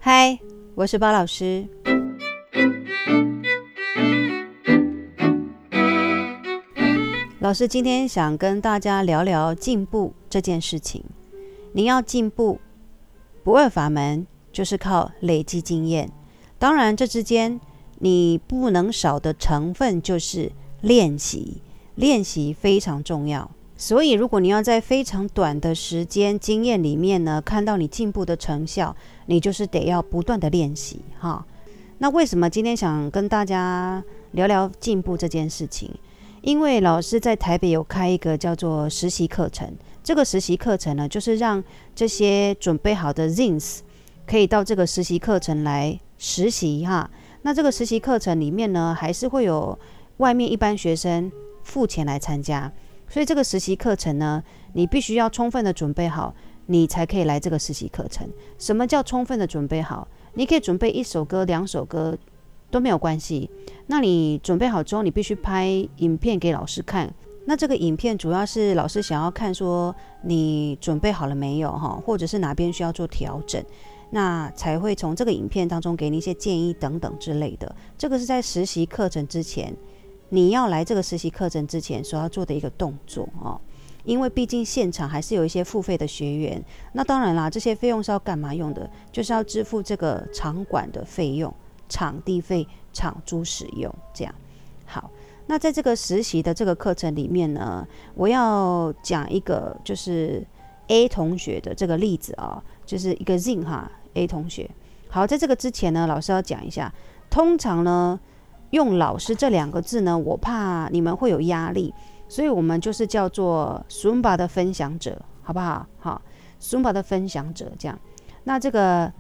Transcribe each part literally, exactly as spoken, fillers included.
嗨，我是包老师。老师今天想跟大家聊聊进步这件事情。你要进步，不二法门就是靠累积经验。当然，这之间你不能少的成分就是练习，练习非常重要。所以如果你要在非常短的时间经验里面呢，看到你进步的成效，你就是得要不断的练习哈。那为什么今天想跟大家聊聊进步这件事情？因为老师在台北有开一个叫做实习课程，这个实习课程呢，就是让这些准备好的 Zins 可以到这个实习课程来实习哈。那这个实习课程里面呢，还是会有外面一般学生付钱来参加。所以这个实习课程呢，你必须要充分的准备好，你才可以来这个实习课程。什么叫充分的准备好？你可以准备一首歌、两首歌都没有关系。那你准备好之后，你必须拍影片给老师看。那这个影片主要是老师想要看说你准备好了没有哈，或者是哪边需要做调整，那才会从这个影片当中给你一些建议等等之类的。这个是在实习课程之前。你要来这个实习课程之前所要做的一个动作哦，因为毕竟现场还是有一些付费的学员，那当然啦，这些费用是要干嘛用的？就是要支付这个场馆的费用、场地费、场租使用这样。好，那在这个实习的这个课程里面呢，我要讲一个就是 A 同学的这个例子啊、哦，就是一个 Zin 哈 A 同学。好，在这个之前呢，老师要讲一下，通常呢。用老师这两个字呢，我怕你们会有压力，所以我们就是叫做 Zumba 的分享者，好不好？好 ，Zumba 的分享者这样。那这个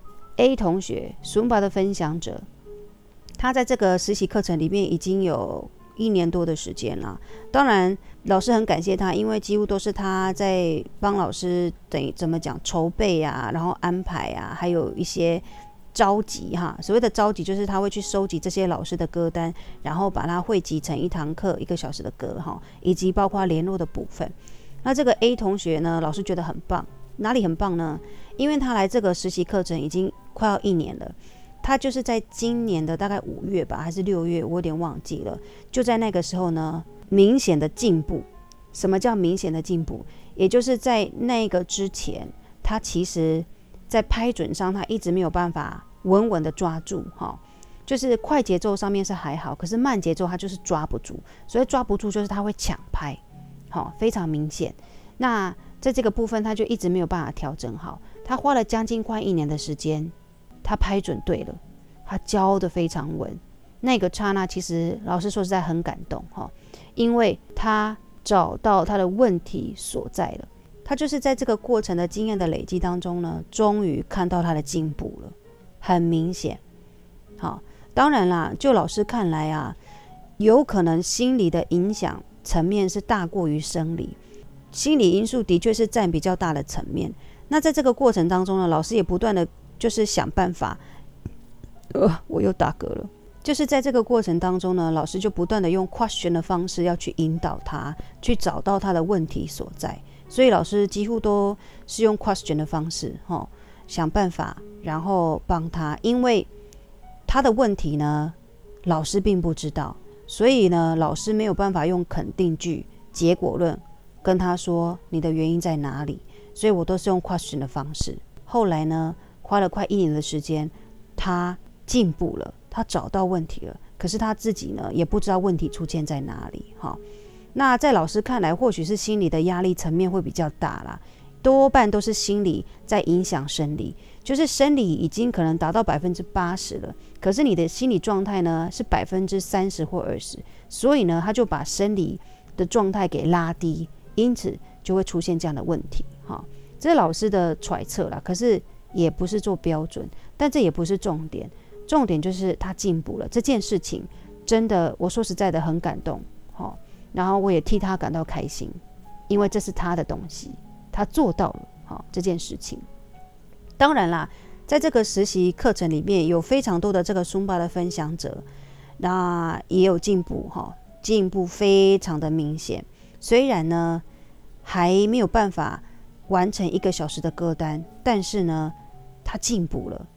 A 同学 Zumba 的分享者，他在这个实习课程里面已经有一年多的时间了。当然，老师很感谢他，因为几乎都是他在帮老师等于怎么讲筹备啊，然后安排啊，还有一些。召集哈，所谓的召集就是他会去收集这些老师的歌单，然后把它汇集成一堂课一个小时的歌哈，以及包括联络的部分。那这个 A 同学呢，老师觉得很棒，哪里很棒呢？因为他来这个实习课程已经快要一年了，他就是在今年的大概五月吧，还是六月，我有点忘记了。就在那个时候呢，明显的进步。什么叫明显的进步？也就是在那个之前，他其实。在拍准上，他一直没有办法稳稳的抓住哈，就是快节奏上面是还好，可是慢节奏他就是抓不住，所以抓不住就是他会抢拍，好，非常明显。那在这个部分他就一直没有办法调整好，他花了将近快一年的时间，他拍准对了，他教得非常稳。那个刹那其实老师说实在很感动哈，因为他找到他的问题所在了。他就是在这个过程的经验的累积当中呢，终于看到他的进步了，很明显。好，当然啦，就老师看来啊，有可能心理的影响层面是大过于生理，心理因素的确是占比较大的层面。那在这个过程当中呢，老师也不断的就是想办法，呃，我又打嗝了。就是在这个过程当中呢，老师就不断的用 question 的方式要去引导他，去找到他的问题所在。所以老师几乎都是用 question 的方式、哦、想办法然后帮他，因为他的问题呢老师并不知道，所以呢老师没有办法用肯定句结果论跟他说你的原因在哪里，所以我都是用 question 的方式。后来呢花了快一年的时间，他进步了，他找到问题了，可是他自己呢也不知道问题出现在哪里、哦那在老师看来，或许是心理的压力层面会比较大啦，多半都是心理在影响生理，就是生理已经可能达到百分之八十了，可是你的心理状态呢是百分之三十或二十，所以呢他就把生理的状态给拉低，因此就会出现这样的问题。哈，这是老师的揣测啦，可是也不是做标准，但这也不是重点，重点就是他进步了，这件事情真的，我说实在的很感动。哈。然后我也替他感到开心，因为这是他的东西，他做到了、哦、这件事情。当然啦，在这个实习课程里面有非常多的这个 Zumba 的分享者，那也有进步、哦、进步非常的明显。虽然呢还没有办法完成一个小时的歌单，但是呢他进步了，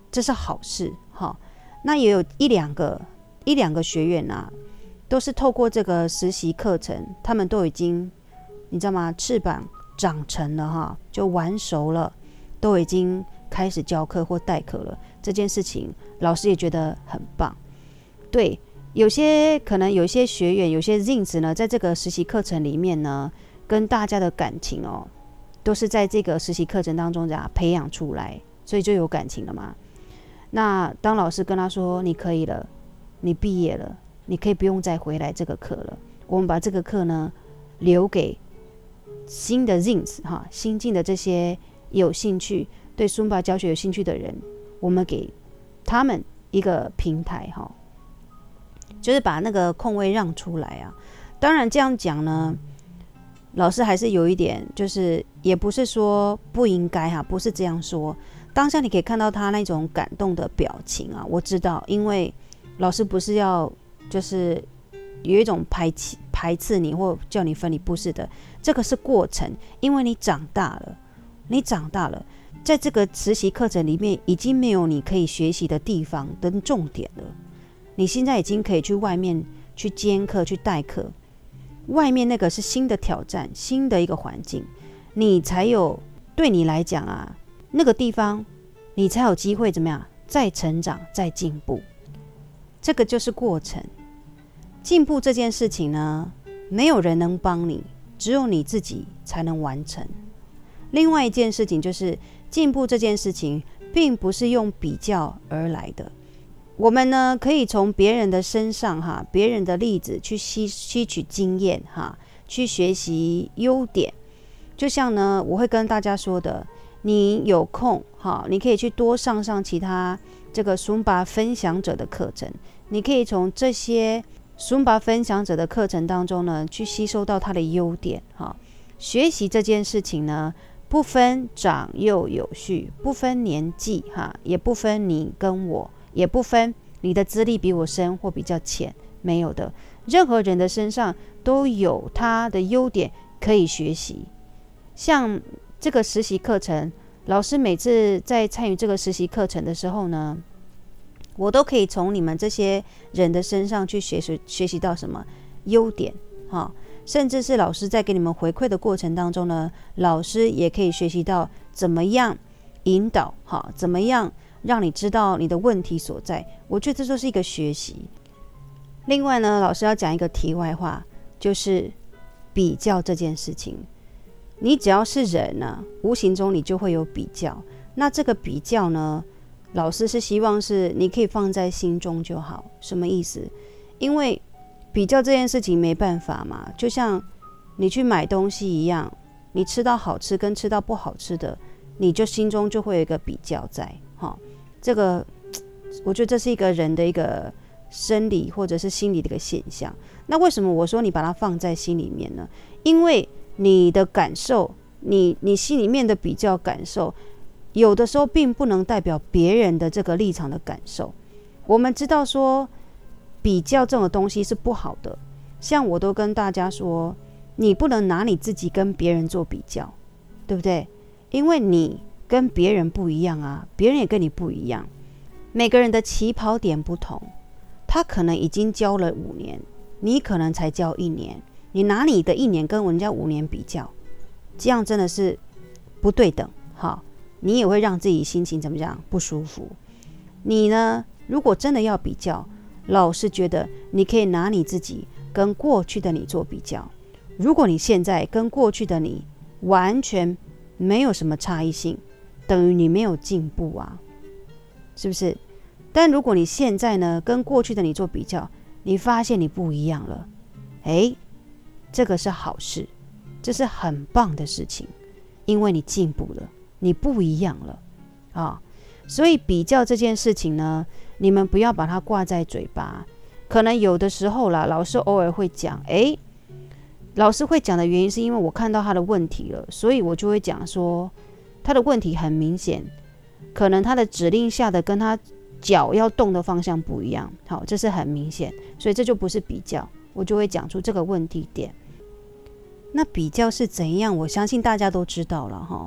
这是好事哈。那也有一两个一两个学员啊，都是透过这个实习课程，他们都已经你知道吗？翅膀长成了哈，就玩熟了，都已经开始教课或代课了。这件事情老师也觉得很棒。对，有些可能有些学员，有些 Zins 呢，在这个实习课程里面呢，跟大家的感情哦，都是在这个实习课程当中这样培养出来，所以就有感情了嘛。那当老师跟他说你可以了，你毕业了，你可以不用再回来这个课了，我们把这个课呢留给新的 Zins 哈，新进的这些有兴趣对 Zumba 教学有兴趣的人，我们给他们一个平台哈，就是把那个空位让出来啊。当然这样讲呢，老师还是有一点，就是也不是说不应该哈，不是这样说。当下你可以看到他那种感动的表情啊，我知道，因为老师不是要就是有一种排斥排斥你或叫你分离，不是的，这个是过程，因为你长大了，你长大了，在这个实习课程里面已经没有你可以学习的地方跟重点了，你现在已经可以去外面去兼课去代课，外面那个是新的挑战，新的一个环境，你才有对你来讲啊，那个地方你才有机会怎么样再成长再进步，这个就是过程。进步这件事情呢，没有人能帮你，只有你自己才能完成。另外一件事情就是进步这件事情并不是用比较而来的，我们呢可以从别人的身上哈，别人的例子去吸吸取经验哈，去学习优点。就像呢，我会跟大家说的，你有空哈，你可以去多上上其他这个 Zumba 分享者的课程，你可以从这些 Zumba 分享者的课程当中呢，去吸收到他的优点哈。学习这件事情呢，不分长幼有序，不分年纪哈，也不分你跟我，也不分你的资历比我深或比较浅，没有的，任何人的身上都有他的优点可以学习。像这个实习课程，老师每次在参与这个实习课程的时候呢，我都可以从你们这些人的身上去学习学习到什么优点哈，甚至是老师在给你们回馈的过程当中呢，老师也可以学习到怎么样引导哈，怎么样让你知道你的问题所在。我觉得这就是一个学习。另外呢，老师要讲一个题外话，就是比较这件事情。你只要是人呢、啊，无形中你就会有比较。那这个比较呢，老师是希望是你可以放在心中就好。什么意思？因为比较这件事情没办法嘛，就像你去买东西一样，你吃到好吃跟吃到不好吃的，你就心中就会有一个比较在。哈，这个我觉得这是一个人的一个生理或者是心理的一个现象。那为什么我说你把它放在心里面呢？因为你的感受，你你心里面的比较感受，有的时候并不能代表别人的这个立场的感受。我们知道说比较这种东西是不好的，像我都跟大家说，你不能拿你自己跟别人做比较，对不对？因为你跟别人不一样啊，别人也跟你不一样，每个人的起跑点不同，他可能已经教了五年，你可能才教一年，你拿你的一年跟人家五年比较，这样真的是不对等，好，你也会让自己心情怎么样不舒服。你呢，如果真的要比较，老师觉得你可以拿你自己跟过去的你做比较。如果你现在跟过去的你完全没有什么差异性，等于你没有进步啊，是不是？但如果你现在呢跟过去的你做比较，你发现你不一样了，诶，这个是好事，这是很棒的事情，因为你进步了，你不一样了啊。所以比较这件事情呢，你们不要把它挂在嘴巴。可能有的时候啦，老师偶尔会讲，诶，老师会讲的原因是因为我看到他的问题了，所以我就会讲说他的问题很明显，可能他的指令下的跟他脚要动的方向不一样，好，这是很明显，所以这就不是比较，我就会讲出这个问题点。那比较是怎样，我相信大家都知道了哈。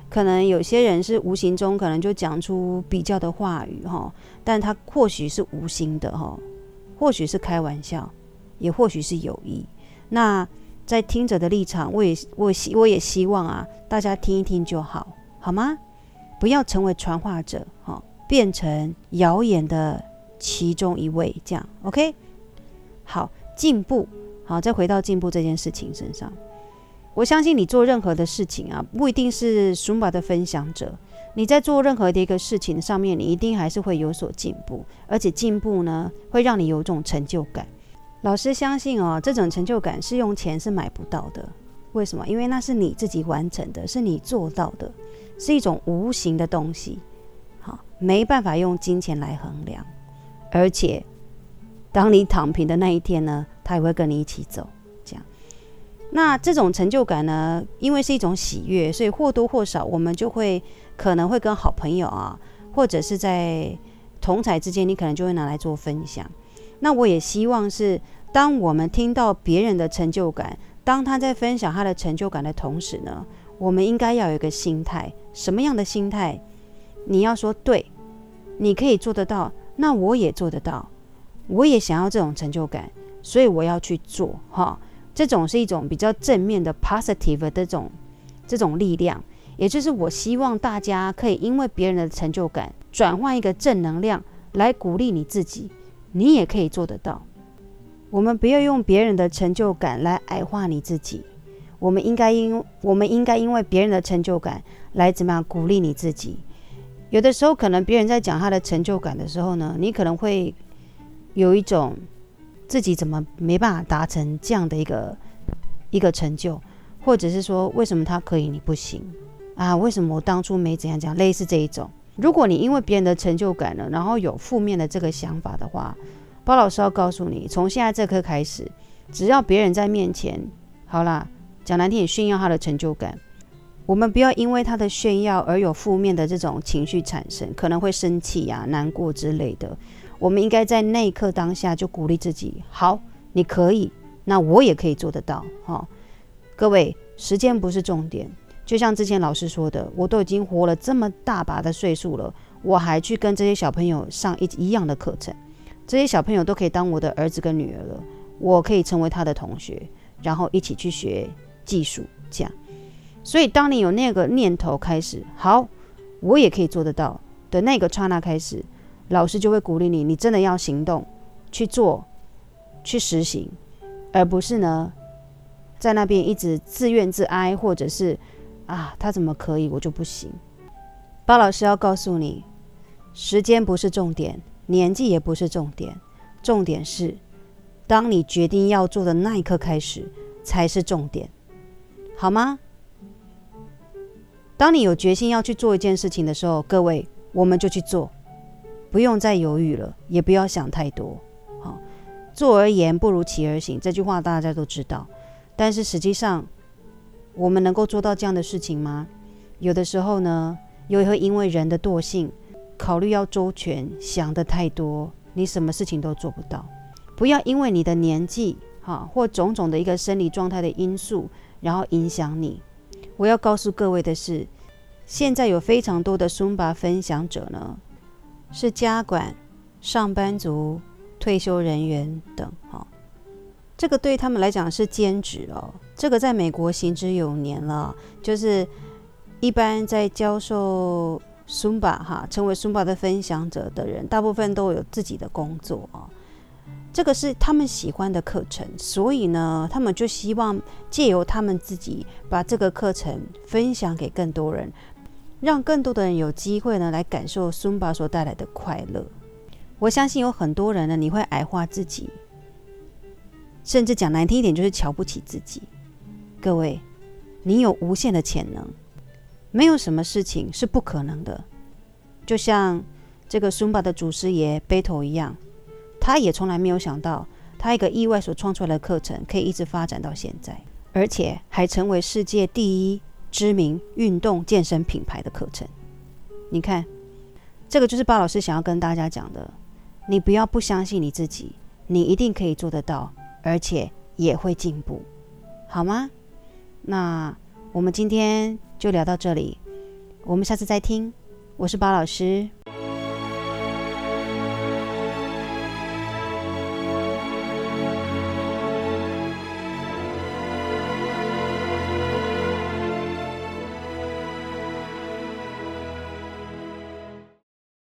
可能有些人是无形中可能就讲出比较的话语，但他或许是无心的，或许是开玩笑，也或许是有意。那在听者的立场，我也我也我也希望啊，大家听一听就好，好吗？不要成为传话者，变成谣言的其中一位，这样 OK？ 好，进步，好，再回到进步这件事情身上。我相信你做任何的事情啊，不一定是 Zumba 的分享者，你在做任何的一个事情上面，你一定还是会有所进步，而且进步呢，会让你有种成就感。老师相信哦，这种成就感是用钱是买不到的。为什么？因为那是你自己完成的，是你做到的，是一种无形的东西，好，没办法用金钱来衡量。而且，当你躺平的那一天呢，他也会跟你一起走。这样，那这种成就感呢，因为是一种喜悦，所以或多或少我们就会可能会跟好朋友啊，或者是在同侪之间，你可能就会拿来做分享。那我也希望是，当我们听到别人的成就感，当他在分享他的成就感的同时呢，我们应该要有一个心态，什么样的心态？你要说对，你可以做得到，那我也做得到，我也想要这种成就感，所以我要去做哈。这种是一种比较正面的 positive 的这种这种力量，也就是我希望大家可以因为别人的成就感，转换一个正能量来鼓励你自己。你也可以做得到。我们不要用别人的成就感来矮化你自己，我们应该因我们应该因为别人的成就感来怎么样鼓励你自己。有的时候可能别人在讲他的成就感的时候呢，你可能会有一种自己怎么没办法达成这样的一个一个成就，或者是说为什么他可以你不行啊？为什么我当初没怎样讲？类似这一种。如果你因为别人的成就感了，然后有负面的这个想法的话，包老师要告诉你，从现在这刻开始，只要别人在面前，好啦，讲难听点，炫耀他的成就感，我们不要因为他的炫耀而有负面的这种情绪产生，可能会生气啊、难过之类的。我们应该在那一刻当下就鼓励自己，好，你可以，那我也可以做得到。哦，各位，时间不是重点。就像之前老师说的，我都已经活了这么大把的岁数了，我还去跟这些小朋友上一一样的课程，这些小朋友都可以当我的儿子跟女儿了，我可以成为他的同学，然后一起去学技术，这样。所以当你有那个念头开始，好，我也可以做得到的那个刹那开始，老师就会鼓励你，你真的要行动去做，去实行，而不是呢在那边一直自怨自哀，或者是啊，他怎么可以，我就不行。包老师要告诉你，时间不是重点，年纪也不是重点，重点是当你决定要做的那一刻开始才是重点，好吗？当你有决心要去做一件事情的时候，各位，我们就去做，不用再犹豫了，也不要想太多。好，做而言不如起而行，这句话大家都知道，但是实际上我们能够做到这样的事情吗？有的时候呢，又会因为人的惰性，考虑要周全，想得太多，你什么事情都做不到。不要因为你的年纪或种种的一个生理状态的因素，然后影响你。我要告诉各位的是，现在有非常多的 Zumba 分享者呢，是家管、上班族、退休人员等，这个对他们来讲是兼职哦。这个在美国行之有年了，就是一般在教授 Zumba 哈，成为 Zumba 的分享者的人，大部分都有自己的工作啊。这个是他们喜欢的课程，所以呢，他们就希望借由他们自己把这个课程分享给更多人，让更多的人有机会呢来感受 Zumba 所带来的快乐。我相信有很多人呢，你会矮化自己，甚至讲难听一点，就是瞧不起自己。各位，你有无限的潜能，没有什么事情是不可能的。就像这个 Zumba 的祖师爷 Beto 一样，他也从来没有想到，他一个意外所创出来的课程可以一直发展到现在，而且还成为世界第一知名运动健身品牌的课程。你看，这个就是巴老师想要跟大家讲的，你不要不相信你自己，你一定可以做得到，而且也会进步，好吗？那我们今天就聊到这里。 我们下次再听。我是巴老师。